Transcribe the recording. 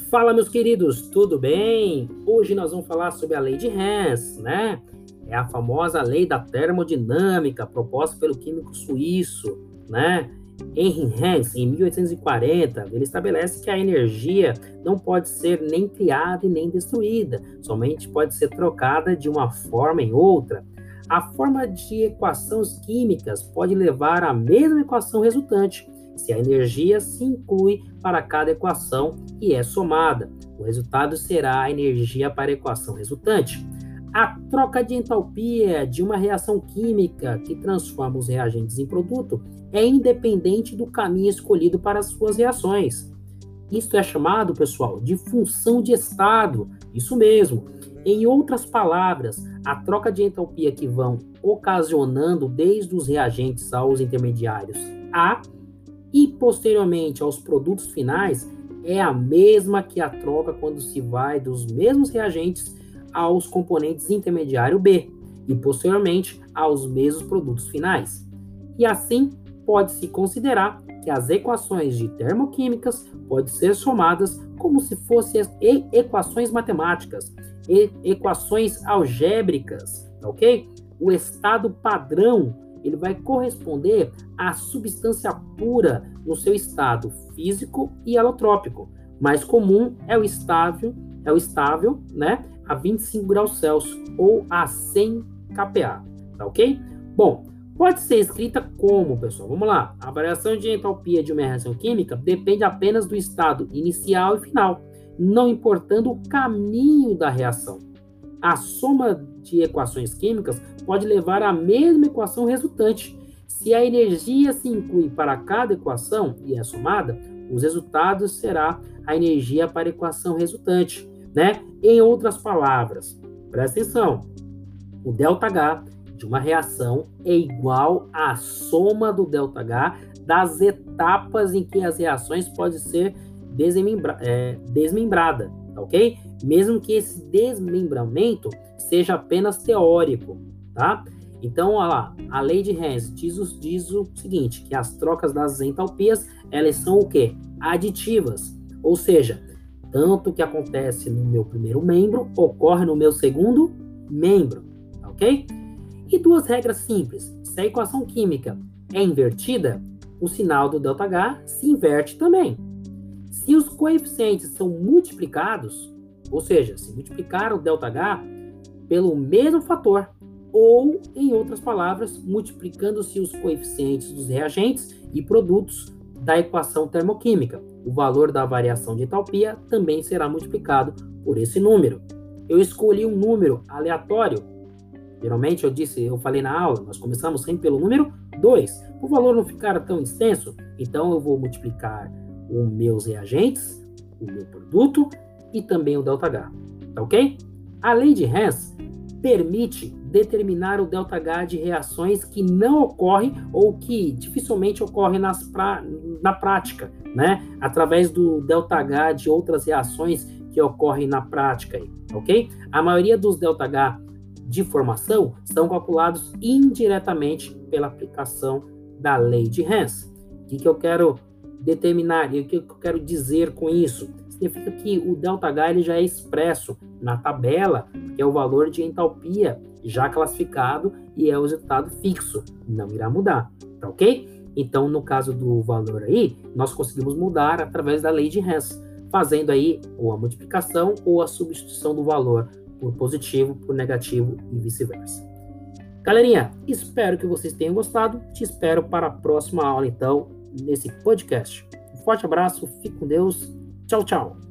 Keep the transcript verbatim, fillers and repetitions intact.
Fala, meus queridos, tudo bem? Hoje nós vamos falar sobre a lei de Hess, né? É a famosa lei da termodinâmica proposta pelo químico suíço, né? Henry Hess, em mil oitocentos e quarenta, ele estabelece que a energia não pode ser nem criada e nem destruída, somente pode ser trocada de uma forma em outra. A forma de equações químicas pode levar à mesma equação resultante, se a energia se inclui para cada equação e é somada. O resultado será a energia para a equação resultante. A troca de entalpia de uma reação química que transforma os reagentes em produto é independente do caminho escolhido para as suas reações. Isso é chamado, pessoal, de função de estado. Isso mesmo. Em outras palavras, a troca de entalpia que vão ocasionando desde os reagentes aos intermediários A e posteriormente aos produtos finais é a mesma que a troca quando se vai dos mesmos reagentes aos componentes intermediário B e posteriormente aos mesmos produtos finais. E assim pode-se considerar que as equações de termoquímicas podem ser somadas como se fossem equações matemáticas, e equações algébricas, ok? O estado padrão ele vai corresponder à substância pura no seu estado físico e alotrópico. Mais comum é o estável, é o estável, né, a vinte e cinco graus Celsius ou a cem kPa, tá ok? Bom, pode ser escrita como, pessoal? Vamos lá. A variação de entalpia de uma reação química depende apenas do estado inicial e final, não importando o caminho da reação. A soma de equações químicas pode levar à mesma equação resultante. Se a energia se inclui para cada equação e é somada, os resultados será a energia para a equação resultante, né? Em outras palavras, presta atenção, o ΔH de uma reação é igual à soma do ΔH das etapas em que as reações podem ser desmembra- é, desmembradas, ok? Mesmo que esse desmembramento seja apenas teórico, tá? Então, olha lá, a lei de Hess diz, diz o seguinte, que as trocas das entalpias, elas são o quê? Aditivas, ou seja, tanto que acontece no meu primeiro membro, ocorre no meu segundo membro, ok? E duas regras simples, se a equação química é invertida, o sinal do ΔH se inverte também. Se os coeficientes são multiplicados, ou seja, se multiplicar o ΔH pelo mesmo fator, ou, em outras palavras, multiplicando-se os coeficientes dos reagentes e produtos da equação termoquímica, o valor da variação de entalpia também será multiplicado por esse número. Eu escolhi um número aleatório. Geralmente eu disse, eu falei na aula, nós começamos sempre pelo número dois. O valor não ficar tão extenso, então eu vou multiplicar os meus reagentes, o meu produto e também o ΔH, tá ok? A lei de Hess permite determinar o ΔH de reações que não ocorrem ou que dificilmente ocorrem nas pra, na prática, né? Através do ΔH de outras reações que ocorrem na prática, aí, ok? A maioria dos ΔH de formação são calculados indiretamente pela aplicação da lei de Hess. O que, que eu quero determinar e o que eu quero dizer com isso? Significa que o ΔH ele já é expresso na tabela, que é o valor de entalpia já classificado e é o resultado fixo, não irá mudar, tá ok? Então, no caso do valor aí, nós conseguimos mudar através da lei de Hess, fazendo aí ou a multiplicação ou a substituição do valor por positivo, por negativo e vice-versa. Galerinha, espero que vocês tenham gostado, te espero para a próxima aula então, nesse podcast. Um forte abraço, fique com Deus, tchau, tchau!